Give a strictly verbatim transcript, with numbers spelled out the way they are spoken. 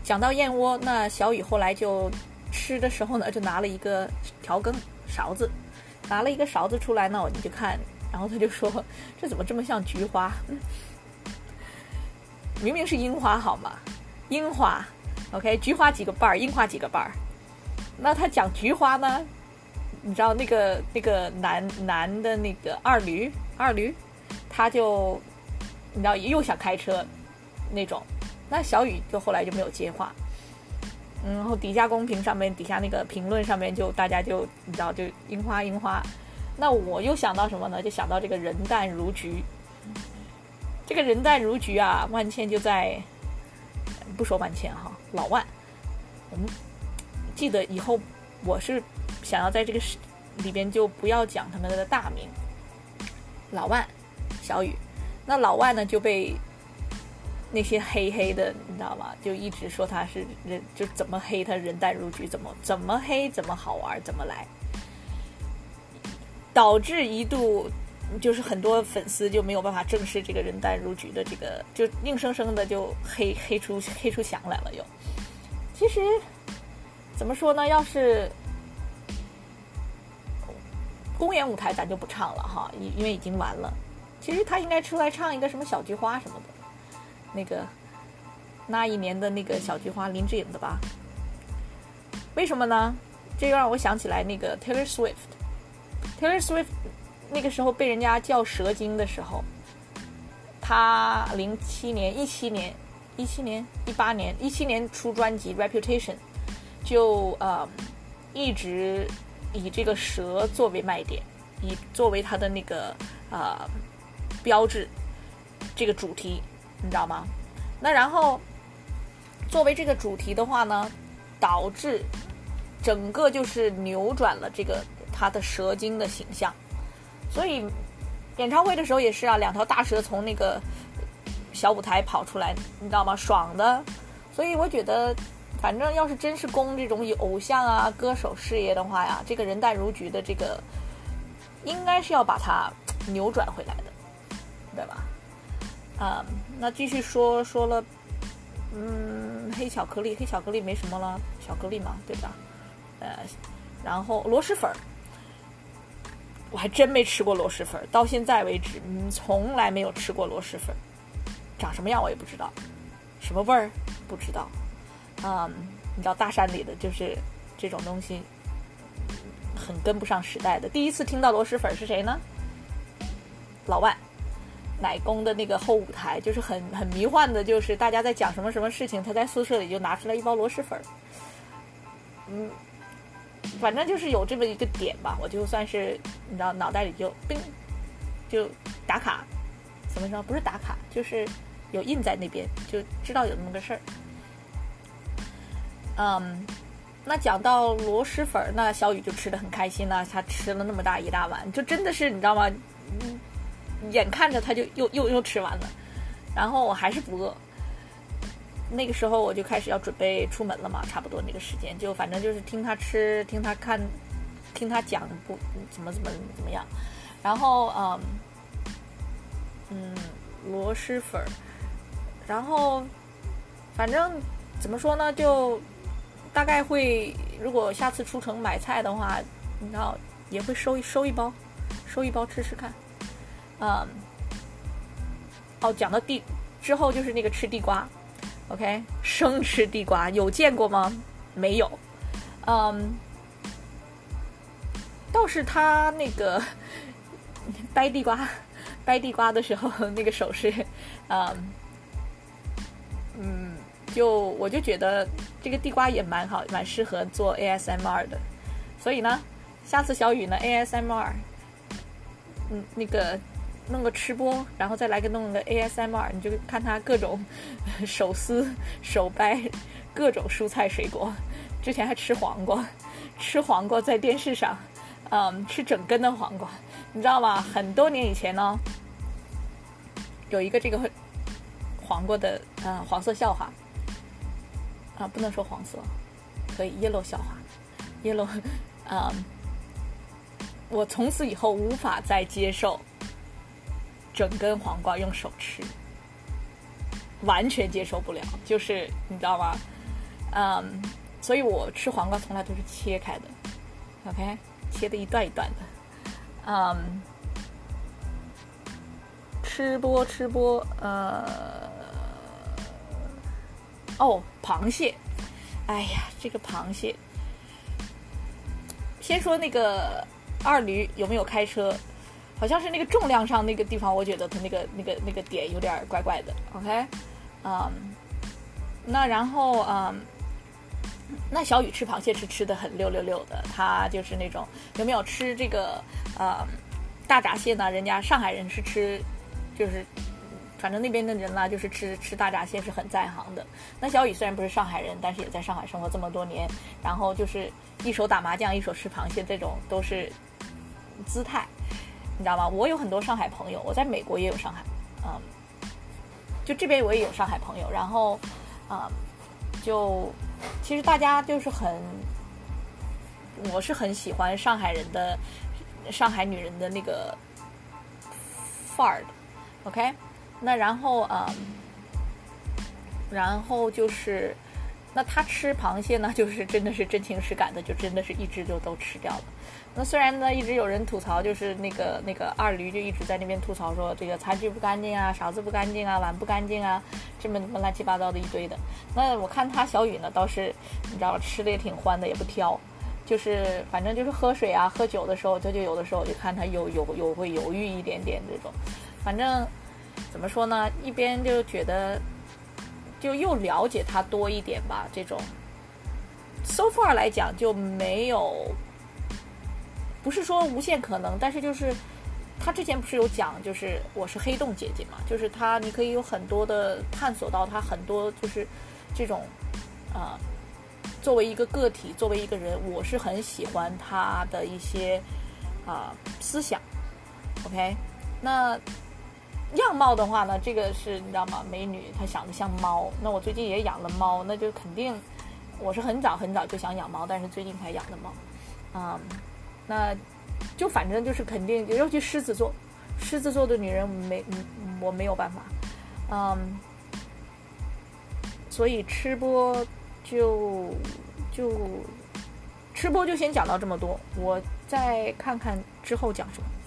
讲到燕窝，那小雨后来就吃的时候呢，就拿了一个调羹勺子，拿了一个勺子出来呢，我就看，然后他就说这怎么这么像菊花？明明是樱花好吗？樱花 OK， 菊花几个瓣儿，樱花几个瓣儿。那他讲菊花呢，你知道那个那个男男的那个二驴二驴，他就你知道又想开车那种，那小雨就后来就没有接话。嗯，然后底下公屏上面底下那个评论上面就大家就你知道就樱花樱花。那我又想到什么呢？就想到这个人淡如菊。这个人淡如菊啊，万茜就在不说万茜哈，老万，我们记得以后我是想要在这个里边就不要讲他们的大名，老万、小雨。那老万呢就被那些黑黑的，你知道吗？就一直说他是人，就怎么黑他人淡如菊，怎么怎么黑，怎么好玩，怎么来，导致一度就是很多粉丝就没有办法正视这个人淡如菊的这个，就硬生生的就黑黑出黑出翔来了又。其实怎么说呢？要是公演舞台咱就不唱了哈，因为已经完了。其实他应该出来唱一个什么小菊花什么的，那个那一年的那个小菊花林志颖的吧？为什么呢？这又让我想起来那个 Taylor Swift。Taylor Swift 那个时候被人家叫蛇精的时候，他零七年、一七年、一七年、一八年、一七年出专辑 Reputation， 就呃一直以这个蛇作为卖点，以作为他的那个呃标志，这个主题，你知道吗？那然后作为这个主题的话呢，导致整个就是扭转了这个他的蛇精的形象。所以演唱会的时候也是啊，两条大蛇从那个小舞台跑出来，你知道吗？爽的。所以我觉得反正要是真是攻这种偶像啊歌手事业的话呀，这个人淡如菊的这个应该是要把它扭转回来的，对吧？啊、嗯，那继续说说了，嗯，黑巧克力，黑巧克力没什么了，巧克力嘛，对吧？呃，然后螺蛳粉，我还真没吃过螺蛳粉，到现在为止，嗯，从来没有吃过螺蛳粉，长什么样我也不知道，什么味儿不知道。嗯，你知道大山里的就是这种东西，很跟不上时代的。第一次听到螺蛳粉是谁呢？老万。奶公的那个后舞台就是很很迷幻的，就是大家在讲什么什么事情，他在宿舍里就拿出来一包螺蛳粉，嗯，反正就是有这么一个点吧，我就算是你知道脑袋里就冰就打卡，怎么说不是打卡，就是有印在那边，就知道有那么个事儿。嗯，那讲到螺蛳粉，那小雨就吃得很开心了，他吃了那么大一大碗，就真的是你知道吗？嗯。眼看着他就又又又吃完了，然后我还是不饿。那个时候我就开始要准备出门了嘛，差不多那个时间，就反正就是听他吃，听他看，听他讲不怎么怎么怎么样。然后嗯嗯螺蛳粉，然后反正怎么说呢，就大概会，如果下次出城买菜的话，你知道也会收一收一包，收一包吃吃看。嗯，哦，讲到地之后就是那个吃地瓜 ，OK， 生吃地瓜有见过吗？没有。嗯，倒是他那个掰地瓜，掰地瓜的时候那个手势，嗯嗯，就我就觉得这个地瓜也蛮好，蛮适合做 A S M R 的。所以呢，下次小雨呢 A S M R， 嗯，那个。弄个吃播，然后再来个弄个 A S M R， 你就看他各种手撕手掰各种蔬菜水果。之前还吃黄瓜，吃黄瓜在电视上，嗯，吃整根的黄瓜，你知道吗？很多年以前呢，有一个这个黄瓜的呃黄色笑话啊，不能说黄色，可以 yellow 笑话 ，yellow， 嗯，我从此以后无法再接受。整根黄瓜用手吃，完全接受不了。就是你知道吗？ 嗯，所以我吃黄瓜从来都是切开的 ，OK， 切的一段一段的。嗯，吃播吃播，呃，哦，螃蟹，哎呀，这个螃蟹，先说那个二驴有没有开车？好像是那个重量上那个地方，我觉得它那个那个那个点有点怪怪的 ，OK， 嗯，那然后嗯，那小雨吃螃蟹是吃的很溜溜溜的，他就是那种有没有吃这个呃大闸蟹呢？人家上海人是吃，就是反正那边的人啦，就是吃吃大闸蟹是很在行的。那小雨虽然不是上海人，但是也在上海生活这么多年，然后就是一手打麻将，一手吃螃蟹，这种都是姿态。你知道吗？我有很多上海朋友，我在美国也有上海，嗯，就这边我也有上海朋友，然后，嗯，就其实大家就是很，我是很喜欢上海人的上海女人的那个范儿的 ，OK， 那然后嗯，然后就是，那他吃螃蟹呢，就是真的是真情实感的，就真的是一只就都吃掉了。那虽然呢，一直有人吐槽，就是那个那个二驴就一直在那边吐槽说这个餐具不干净啊，勺子不干净啊，碗不干净啊，这么乱七八糟的一堆的。那我看他小雨呢，倒是你知道吃的也挺欢的，也不挑，就是反正就是喝水啊、喝酒的时候，他就有的时候我就看他有有有会犹豫一点点这种。反正怎么说呢，一边就觉得就又了解他多一点吧，这种 so far 来讲就没有。不是说无限可能，但是就是他之前不是有讲，就是我是黑洞姐姐嘛，就是他你可以有很多的探索到他很多就是这种呃，作为一个个体，作为一个人，我是很喜欢他的一些啊、呃、思想 ，OK， 那样貌的话呢，这个是你知道吗？美女她想的像猫，那我最近也养了猫，那就肯定我是很早很早就想养猫，但是最近才养的猫，嗯。那就反正就是肯定，尤其狮子座，狮子座的女人没我没有办法，嗯，所以吃播就就吃播就先讲到这么多，我再看看之后讲什么。